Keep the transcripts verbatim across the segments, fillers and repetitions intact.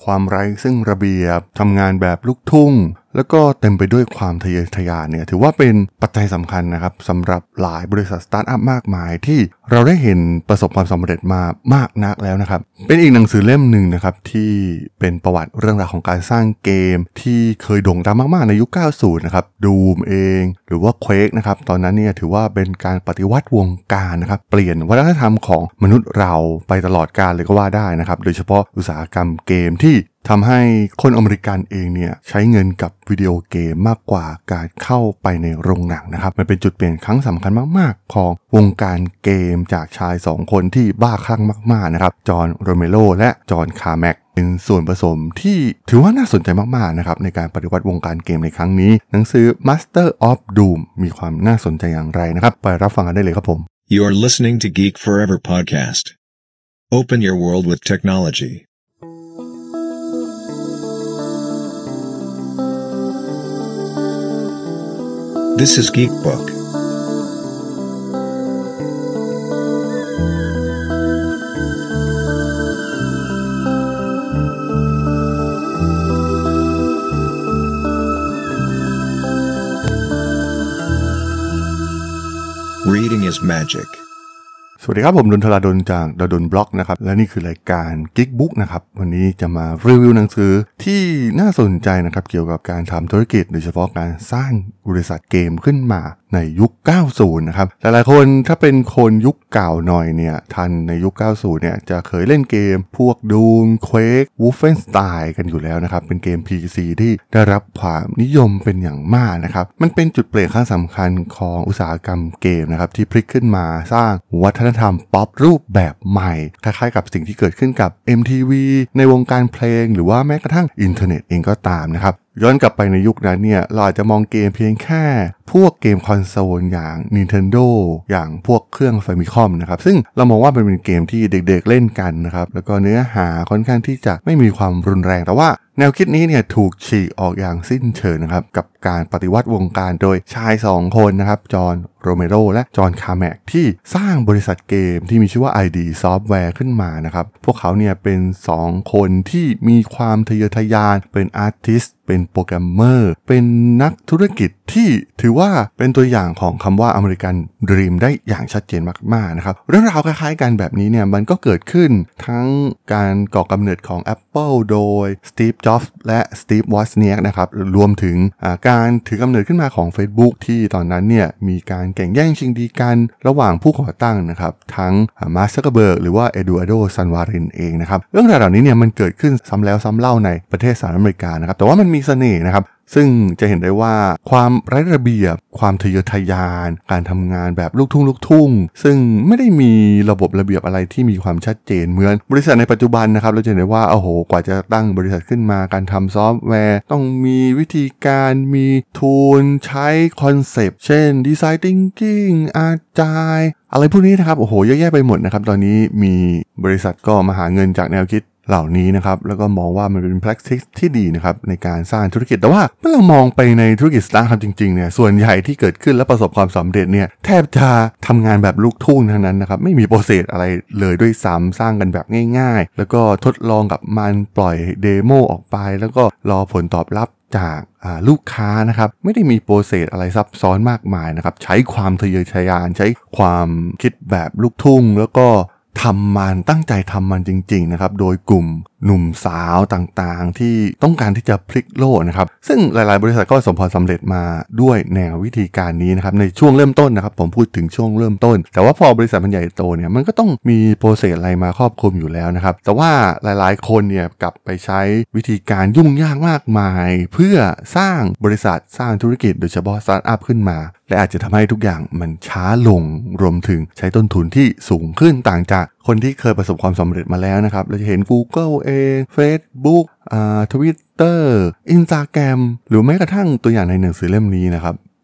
ความไร้ซึ่งระเบียบทำงานแบบลูกทุ่งแล้วก็เต็มไปด้วยความทะเยอทะยานเนี่ยถือว่าเป็นปัจจัยสำคัญนะครับสำหรับหลายบริษัทสตาร์ทอัพมากมายที่เราได้เห็นประสบความสำเร็จมามากนักแล้วนะครับเป็นอีกหนังสือเล่มหนึ่งนะครับที่เป็นประวัติเรื่องราวของการสร้างเกมที่เคยโด่งดังมากๆในยุค เก้าสิบ นะครับ Doom เองหรือว่า Quake นะครับตอนนั้นเนี่ยถือว่าเป็นการปฏิวัติวงการนะครับเปลี่ยนวัฒนธรรมของมนุษย์เราไปตลอดกาลเลยก็ว่าได้นะครับโดยเฉพาะอุตสาหกรรมเกมที่ทำให้คนอเมริกันเองเนี่ยใช้เงินกับวิดีโอเกมมากกว่าการเข้าไปในโรงหนังนะครับมันเป็นจุดเปลี่ยนครั้งสำคัญมากๆของวงการเกมจากชายสองคนที่บ้าคลั่งมากๆนะครับจอห์นโรเมโรและจอห์นคาร์แม็กเป็นส่วนผสมที่ถือว่าน่าสนใจมากๆนะครับในการปฏิวัติวงการเกมในครั้งนี้หนังสือ Master of Doom มีความน่าสนใจอย่างไรนะครับไปรับฟังกันได้เลยครับผม You're listening to Geek Forever podcast. Open your world with technology.This is Geek Book. Reading is magic. สวัสดีครับผมดลธราดลจากดลบล็อกนะครับและนี่คือรายการ Geek Book นะครับวันนี้จะมารีวิวหนังสือที่น่าสนใจนะครับเกี่ยวกับการทำธุรกิจโดยเฉพาะการสร้างบริษัทเกมขึ้นมาในยุค เก้าสิบ นะครับหลายๆคนถ้าเป็นคนยุคเก่าหน่อยเนี่ยทันในยุค เก้าสิบ เนี่ยจะเคยเล่นเกมพวก Doom Quake Wolfenstein กันอยู่แล้วนะครับเป็นเกม พี ซี ที่ได้รับความนิยมเป็นอย่างมากนะครับมันเป็นจุดเปลี่ยนครั้งสำคัญของอุตสาหกรรมเกมนะครับที่พลิกขึ้นมาสร้างวัฒนธรรมป๊อปรูปแบบใหม่คล้ายๆกับสิ่งที่เกิดขึ้นกับ เอ็ม ที วี ในวงการเพลงหรือว่าแม้กระทั่งอินเทอร์เน็ตเองก็ตามนะครับย้อนกลับไปในยุคนั้นเนี่ยเราอาจจะมองเกมเพียงแค่พวกเกมคอนโซลอย่าง Nintendo อย่างพวกเครื่อง Famicom นะครับซึ่งเรามองว่ามันเป็นเกมที่เด็กๆเล่นกันนะครับแล้วก็เนื้อหาค่อนข้างที่จะไม่มีความรุนแรงแต่ว่าแนวคิดนี้เนี่ยถูกฉีกออกอย่างสิ้นเชิงนะครับกับการปฏิวัติวงการโดยชายสองคนนะครับจอห์นโรเมโรและจอห์นคาร์แม็กที่สร้างบริษัทเกมที่มีชื่อว่า ไอ ดี Software ขึ้นมานะครับพวกเขาเนี่ยเป็นสองคนที่มีความทะเยอทะยานเป็นอาร์ติสต์เป็นโปรแกรมเมอร์เป็นนักธุรกิจที่ถือว่าเป็นตัวอย่างของคำว่าอเมริกันดรีมได้อย่างชัดเจนมากๆนะครับเรื่องราวคล้ายๆกันแบบนี้เนี่ยมันก็เกิดขึ้นทั้งการก่อกำเนิดของ Apple โดย Steve Jobs และ Steve Wozniak นะครับรวมถึงการถือกำเนิดขึ้นมาของ Facebook ที่ตอนนั้นเนี่ยมีการแข่งแย่งชิงดีกันระหว่างผู้ก่อตั้งนะครับทั้งมาร์ค ซักเคอร์เบิร์กหรือว่าเอดูอาร์โด ซันวารินเองนะครับเรื่องราวเหล่านี้เนี่ยมันเกิดขึ้นซ้ำแล้วซ้ำเล่าในประเทศสหรัฐอเมริกานะครับแต่ว่ามันมีเสน่ห์นะครับซึ่งจะเห็นได้ว่าความไร้ระเบียบความทะเยอทะยานการทำงานแบบลูกทุ่งลูกทุ่งซึ่งไม่ได้มีระบบระเบียบอะไรที่มีความชัดเจนเหมือนบริษัทในปัจจุบันนะครับเราจะเห็นได้ว่าโอ้โหกว่าจะตั้งบริษัทขึ้นมาการทำซอฟต์แวร์ต้องมีวิธีการมีทูลใช้คอนเซปต์เช่น Design Thinking Agile อะไรพวกนี้นะครับโอ้โหเยอะแยะไปหมดนะครับตอนนี้มีบริษัทก็มาหาเงินจากแนวคิดเหล่านี้นะครับแล้วก็มองว่ามันเป็น practice ที่ดีนะครับในการสร้างธุรกิจแต่ว่าเมื่อเรามองไปในธุรกิจสตาร์ทอัพจริงๆเนี่ยส่วนใหญ่ที่เกิดขึ้นและประสบความสำเร็จเนี่ยแทบจะทำงานแบบลูกทุ่งทั้งนั้นนะครับไม่มีโปรเซสอะไรเลยด้วยซ้ำสร้างกันแบบง่ายๆแล้วก็ทดลองกับมันปล่อยเดโมออกไปแล้วก็รอผลตอบรับจากลูกค้านะครับไม่ได้มีโปรเซสอะไรซับซ้อนมากมายนะครับใช้ความทะเยอทะยานใช้ความคิดแบบลูกทุ่งแล้วก็ทำมันตั้งใจทำมันจริงๆนะครับโดยกลุ่มหนุ่มสาวต่างๆที่ต้องการที่จะพลิกโลกนะครับซึ่งหลายๆบริษัทก็สมผลสำเร็จมาด้วยแนววิธีการนี้นะครับในช่วงเริ่มต้นนะครับผมพูดถึงช่วงเริ่มต้นแต่ว่าพอบริษัทมันใหญ่โตเนี่ยมันก็ต้องมีโปรเซสอะไรมาครอบคลุมอยู่แล้วนะครับแต่ว่าหลายๆคนเนี่ยกลับไปใช้วิธีการยุ่งยากมากมายเพื่อสร้างบริษัทสร้างธุรกิจโดยเฉพาะสตาร์ทอัพขึ้นมาและอาจจะทำให้ทุกอย่างมันช้าลงรวมถึงใช้ต้นทุนที่สูงขึ้นต่างจากคนที่เคยประสบความสำเร็จมาแล้วนะครับเราจะเห็น Google เอง Facebook อ่า Twitter Instagram หรือแม้กระทั่งตัวอย่างในหนังสือเล่มนี้นะครับ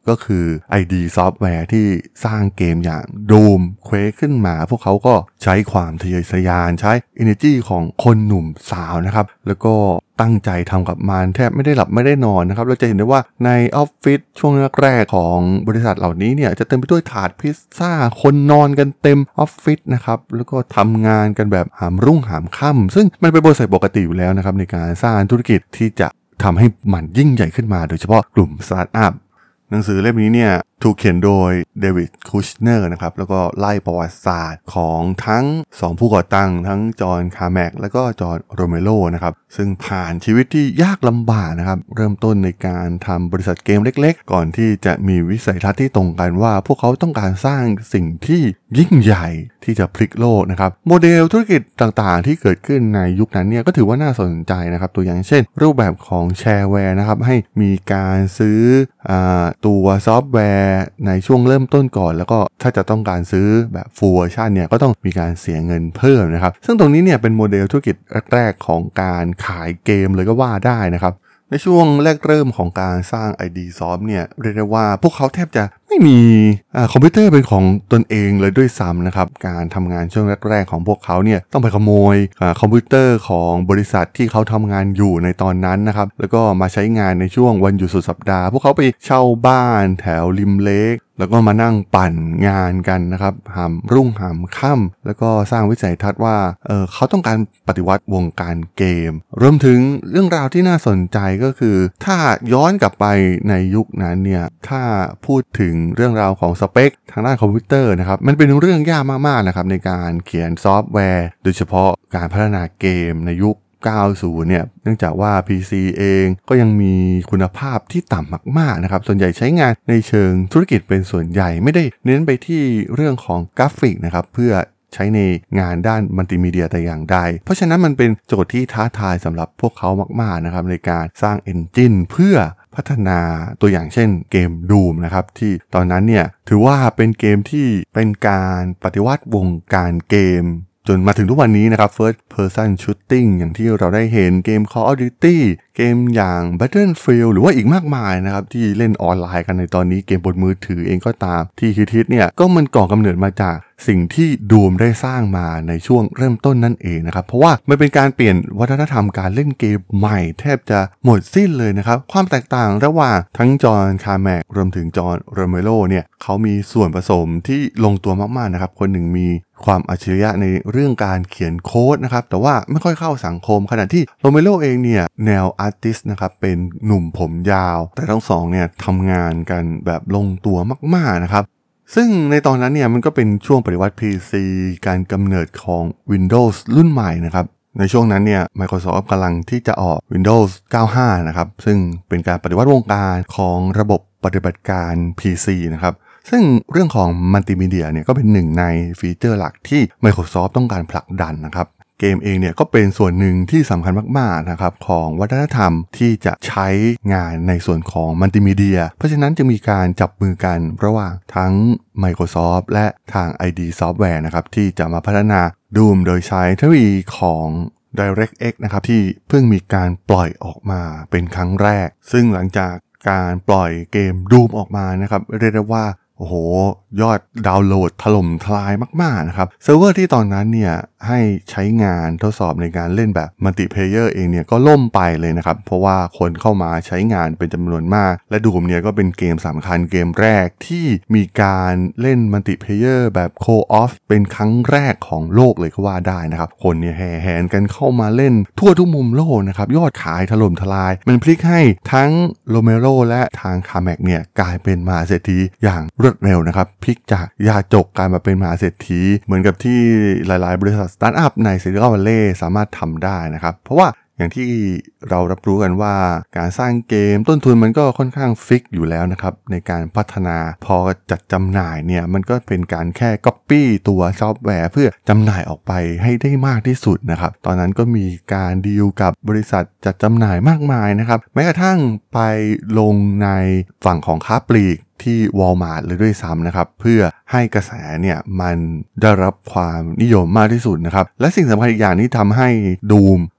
ก็คือ ไอ ดี Software ที่สร้างเกมอย่าง Doom Quake ขึ้นมาพวกเขาก็ใช้ความทะเยอทะยานใช้ energy ของคนหนุ่มสาวนะครับแล้วก็ตั้งใจทำกับมันแทบไม่ได้หลับไม่ได้นอนนะครับเราจะเห็นได้ว่าในออฟฟิศช่วงแรกๆของบริษัทเหล่านี้เนี่ยจะเต็มไปด้วยถาดพิซซ่าคนนอนกันเต็มออฟฟิศนะครับแล้วก็ทำงานกันแบบหามรุ่งหามค่ำซึ่งมันเป็นบริษัทปกติอยู่แล้วนะครับในการสร้างธุรกิจที่จะทำให้มันยิ่งใหญ่ขึ้นมาโดยเฉพาะกลุ่มสตาร์ทอัพหนังสือเล่มนี้เนี่ยถูกเขียนโดยเดวิดคูชเนอร์นะครับแล้วก็ไล่ประวัติศาสตร์ของทั้งสองผู้ก่อตั้งทั้งจอห์นคาร์แมกและก็จอห์นโรเมโรนะครับซึ่งผ่านชีวิตที่ยากลำบากนะครับเริ่มต้นในการทำบริษัทเกมเล็กๆก่อนที่จะมีวิสัยทัศน์ที่ตรงกันว่าพวกเขาต้องการสร้างสิ่งที่ยิ่งใหญ่ที่จะพลิกโลกนะครับโมเดลธุรกิจต่างๆที่เกิดขึ้นในยุคนั้นเนี่ยก็ถือว่าน่าสนใจนะครับตัวอย่างเช่นรูปแบบของแชร์แวร์นะครับให้มีการซื้ออ่าตัวซอฟต์แวร์ในช่วงเริ่มต้นก่อนแล้วก็ถ้าจะต้องการซื้อแบบ full version เนี่ยก็ต้องมีการเสียเงินเพิ่มนะครับซึ่งตรงนี้เนี่ยเป็นโมเดลธุรกิจแรกๆของการขายเกมเลยก็ว่าได้นะครับในช่วงแรกเริ่มของการสร้าง ไอ ดี Soft เนี่ยเรียกได้ว่าพวกเขาแทบจะไม่มีคอมพิวเตอร์เป็นของตนเองเลยด้วยซ้ำนะครับการทำงานช่วงแรกๆของพวกเขาเนี่ยต้องไปขโมยคอมพิวเตอร์ของบริษัทที่เขาทำงานอยู่ในตอนนั้นนะครับแล้วก็มาใช้งานในช่วงวันหยุดสุดสัปดาห์พวกเขาไปเช่าบ้านแถวริมเลคแล้วก็มานั่งปั่นงานกันนะครับหามรุ่งหามค่ำแล้วก็สร้างวิสัยทัศน์ว่าเออเขาต้องการปฏิวัติวงการเกมรวมถึงเรื่องราวที่น่าสนใจก็คือถ้าย้อนกลับไปในยุคนั้นเนี่ยถ้าพูดถึงเรื่องราวของสเปคทางด้านคอมพิวเตอร์นะครับมันเป็นเรื่องยากมากๆนะครับในการเขียนซอฟต์แวร์โดยเฉพาะการพัฒนาเกมในยุคเก้าสิบเนี่ยเนื่องจากว่า พี ซี เองก็ยังมีคุณภาพที่ต่ำมากๆนะครับส่วนใหญ่ใช้งานในเชิงธุรกิจเป็นส่วนใหญ่ไม่ได้เน้นไปที่เรื่องของกราฟิกนะครับเพื่อใช้ในงานด้านมัลติมีเดียแต่อย่างใดเพราะฉะนั้นมันเป็นโจทย์ที่ท้าทายสำหรับพวกเขามากๆนะครับในการสร้างเอนจินเพื่อพัฒนาตัวอย่างเช่นเกม Doom นะครับที่ตอนนั้นเนี่ยถือว่าเป็นเกมที่เป็นการปฏิวัติวงการเกมจนมาถึงทุกวันนี้นะครับ First Person Shooting อย่างที่เราได้เห็นเกม Call of Duty เกมอย่าง Battlefield หรือว่าอีกมากมายนะครับที่เล่นออนไลน์กันในตอนนี้เกมบนมือถือเองก็ตามที่ฮิตๆเนี่ยก็มันก่อกำเนิดมาจากสิ่งที่ Doom ได้สร้างมาในช่วงเริ่มต้นนั่นเองนะครับเพราะว่ามันเป็นการเปลี่ยนวัฒนธรรมการเล่นเกมใหม่แทบจะหมดสิ้นเลยนะครับความแตกต่างระหว่างทั้งจอห์นคาร์แมกรวมถึงจอห์นโรเมโรเนี่ยเขามีส่วนผสมที่ลงตัวมากๆนะครับคนหนึ่งมีความอัจฉริยะในเรื่องการเขียนโค้ดนะครับแต่ว่าไม่ค่อยเข้าสังคมขณะที่โรเมโรเองเนี่ยแนวอาร์ติสต์นะครับเป็นหนุ่มผมยาวแต่ทั้งสองเนี่ยทำงานกันแบบลงตัวมากๆนะครับซึ่งในตอนนั้นเนี่ยมันก็เป็นช่วงปฏิวัติ พี ซี การกำเนิดของ Windows รุ่นใหม่นะครับในช่วงนั้นเนี่ย Microsoft กำลังที่จะออก Windows เก้าสิบห้านะครับซึ่งเป็นการปฏิวัติวงการของระบบปฏิบัติการ พี ซี นะครับซึ่งเรื่องของมัลติมีเดียเนี่ยก็เป็นหนึ่งในฟีเจอร์หลักที่ Microsoft ต้องการผลักดันนะครับเกมเองเนี่ยก็เป็นส่วนหนึ่งที่สำคัญมากๆนะครับของวัฒนธรรมที่จะใช้งานในส่วนของมัลติมีเดียเพราะฉะนั้นจะมีการจับมือกันระหว่างทั้ง Microsoft และทาง ไอ ดี Software นะครับที่จะมาพัฒนา Doom โดยใช้เทคโนโลยีของ DirectX นะครับที่เพิ่งมีการปล่อยออกมาเป็นครั้งแรกซึ่งหลังจากการปล่อยเกม Doom ออกมานะครับเรียกได้ว่าโอ้โหยอดดาวน์โหลดถล่มทลายมากๆนะครับเซิร์ฟเวอร์ที่ตอนนั้นเนี่ยให้ใช้งานทดสอบในการเล่นแบบมัลติเพลเยอร์เองเนี่ยก็ล่มไปเลยนะครับเพราะว่าคนเข้ามาใช้งานเป็นจำนวนมากและดูมเนี่ยก็เป็นเกมสำคัญเกมแรกที่มีการเล่นมัลติเพลเยอร์แบบโคออฟเป็นครั้งแรกของโลกเลยก็ว่าได้นะครับคนเนี่ยแห่แหนกันเข้ามาเล่นทั่วทุกมุมโลกนะครับยอดขายถล่มทลายมันพลิกให้ทั้งโรเมโรและทางคาร์แมกเนี่ยกลายเป็นมหาเศรษฐีอย่างรวดเร็วนะครับพลิกจากยาจกกลายมาเป็นมหาเศรษฐีเหมือนกับที่หลายๆบริษัทสตาร์ทอัพในซิลิคอนวัลเลย์สามารถทำได้นะครับเพราะว่าอย่างที่เรารับรู้กันว่าการสร้างเกมต้นทุนมันก็ค่อนข้างฟิกอยู่แล้วนะครับในการพัฒนาพอจัดจำหน่ายเนี่ยมันก็เป็นการแค่ก๊อปปี้ตัวซอฟต์แวร์เพื่อจำหน่ายออกไปให้ได้มากที่สุดนะครับตอนนั้นก็มีการดีลกับบริษัทจัดจำหน่ายมากมายนะครับแม้กระทั่งไปลงในฝั่งของค้าปลีกที่ Walmart เลยด้วยซ้ำนะครับเพื่อให้กระแสเนี่ยมันได้รับความนิยมมากที่สุดนะครับและสิ่งสำคัญอีกอย่างที่ทำให้ Doom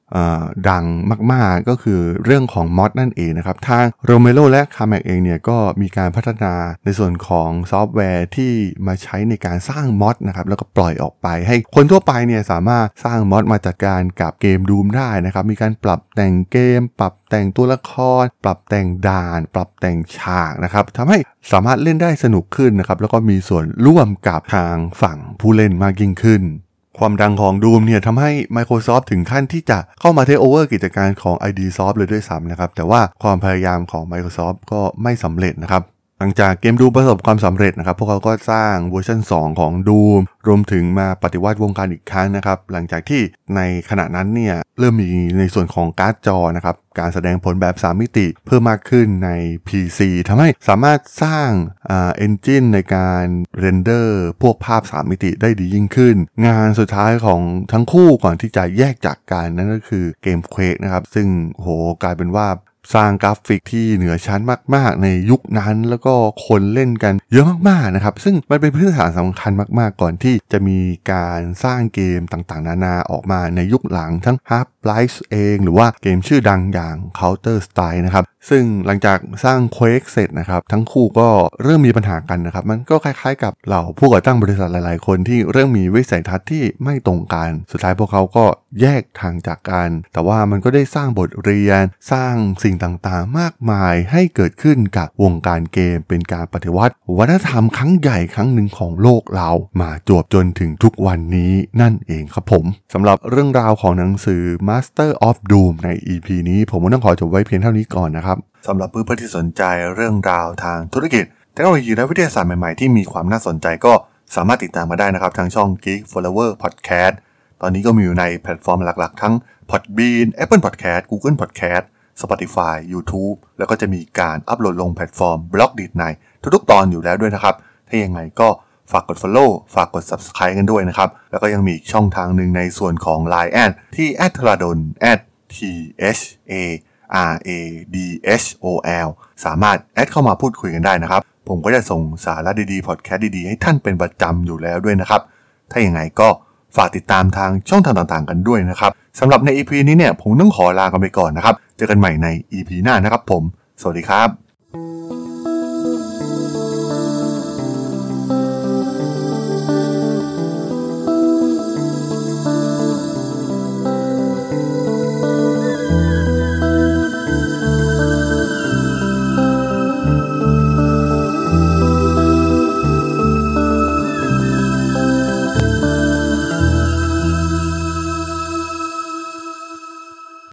ดังมากๆก็คือเรื่องของมอดนั่นเองนะครับทางโรเมโรและคาร์แมกเองเนี่ยก็มีการพัฒนาในส่วนของซอฟต์แวร์ที่มาใช้ในการสร้างมอดนะครับแล้วก็ปล่อยออกไปให้คนทั่วไปเนี่ยสามารถสร้างมอดมาจัดการกับเกม Doom ได้นะครับมีการปรับแต่งเกมปรับแต่งตัวละครปรับแต่งด่านปรับแต่งฉากนะครับทำให้สามารถเล่นได้สนุกขึ้นนะครับแล้วก็มีส่วนร่วมกับทางฝั่งผู้เล่นมากยิ่งขึ้นความดังของ Doom เนี่ยทำให้ Microsoft ถึงขั้นที่จะเข้ามาเทคโอเวอร์กิจการของ ไอ ดี Soft เลยด้วยซ้ำนะครับแต่ว่าความพยายามของ Microsoft ก็ไม่สำเร็จนะครับหลังจากเกม Doom ประสบความสำเร็จนะครับพวกเขาก็สร้างเวอร์ชันสองของ Doom รวมถึงมาปฏิวัติวงการอีกครั้งนะครับหลังจากที่ในขณะนั้นเนี่ยเริ่มมีในส่วนของการ์ดจอนะครับการแสดงผลแบบสามมิติเพิ่มมากขึ้นใน พี ซี ทำให้สามารถสร้างอ่า engine ในการเรนเดอร์พวกภาพสามมิติได้ดียิ่งขึ้นงานสุดท้ายของทั้งคู่ก่อนที่จะแยกจากกันนั่นก็คือเกม Quake นะครับซึ่งโหกลายเป็นว่าสร้างกราฟิกที่เหนือชั้นมากๆในยุคนั้นแล้วก็คนเล่นกันเยอะมากๆนะครับซึ่งมันเป็นพื้นฐานสำคัญมากๆก่อนที่จะมีการสร้างเกมต่างๆนานาออกมาในยุคหลังทั้ง Half-Life เองหรือว่าเกมชื่อดังอย่าง Counter Strike นะครับซึ่งหลังจากสร้าง Quake เสร็จนะครับทั้งคู่ก็เริ่มมีปัญหากันนะครับมันก็คล้ายๆกับเหล่าผู้ก่อตั้งบริษัทหลายๆคนที่เริ่มมีวิสัยทัศน์ที่ไม่ตรงกันสุดท้ายพวกเขาก็แยกทางจากกันแต่ว่ามันก็ได้สร้างบทเรียนสร้างสิ่งต่างๆมากมายให้เกิดขึ้นกับวงการเกมเป็นการปฏิวัติวัฒนธรรมครั้งใหญ่ครั้งหนึ่งของโลกเรามาจวบจนถึงทุกวันนี้นั่นเองครับผมสำหรับเรื่องราวของหนังสือ Master of Doom ใน อี พี นี้ผมก็ต้องขอจบไว้เพียงเท่านี้ก่อนนะครับสำหรับเพื่อนๆที่สนใจเรื่องราวทางธุรกิจเทคโนโลยีและวิทยาศาสตร์ใหม่ๆที่มีความน่าสนใจก็สามารถติดตามมาได้นะครับทางช่อง Geek Flower Podcast ตอนนี้ก็มีอยู่ในแพลตฟอร์มหลักๆทั้ง Podbean Apple Podcast Google Podcast Spotify YouTube แล้วก็จะมีการอัปโหลดลงแพลตฟอร์ม Blogdit ในทุกๆตอนอยู่แล้วด้วยนะครับถ้ายังไงก็ฝากกด follow ฝากกด subscribe กันด้วยนะครับแล้วก็ยังมีอีกช่องทางหนึ่งในส่วนของ ไลน์ แอด ที่ แอท ธราดล แอท ที เอช เอ อาร์ เอ ดี เอช โอ แอล สามารถแอดเข้ามาพูดคุยกันได้นะครับผมก็จะส่งสาระดีๆพอดแคสต์ดีๆให้ท่านเป็นประจำอยู่แล้วด้วยนะครับถ้าอย่างไรก็ฝากติดตามทางช่องทางต่างๆกันด้วยนะครับสำหรับใน อี พี นี้เนี่ยผมต้องขอลากันไปก่อนนะครับเจอกันใหม่ใน อี พี หน้านะครับผมสวัสดีครับ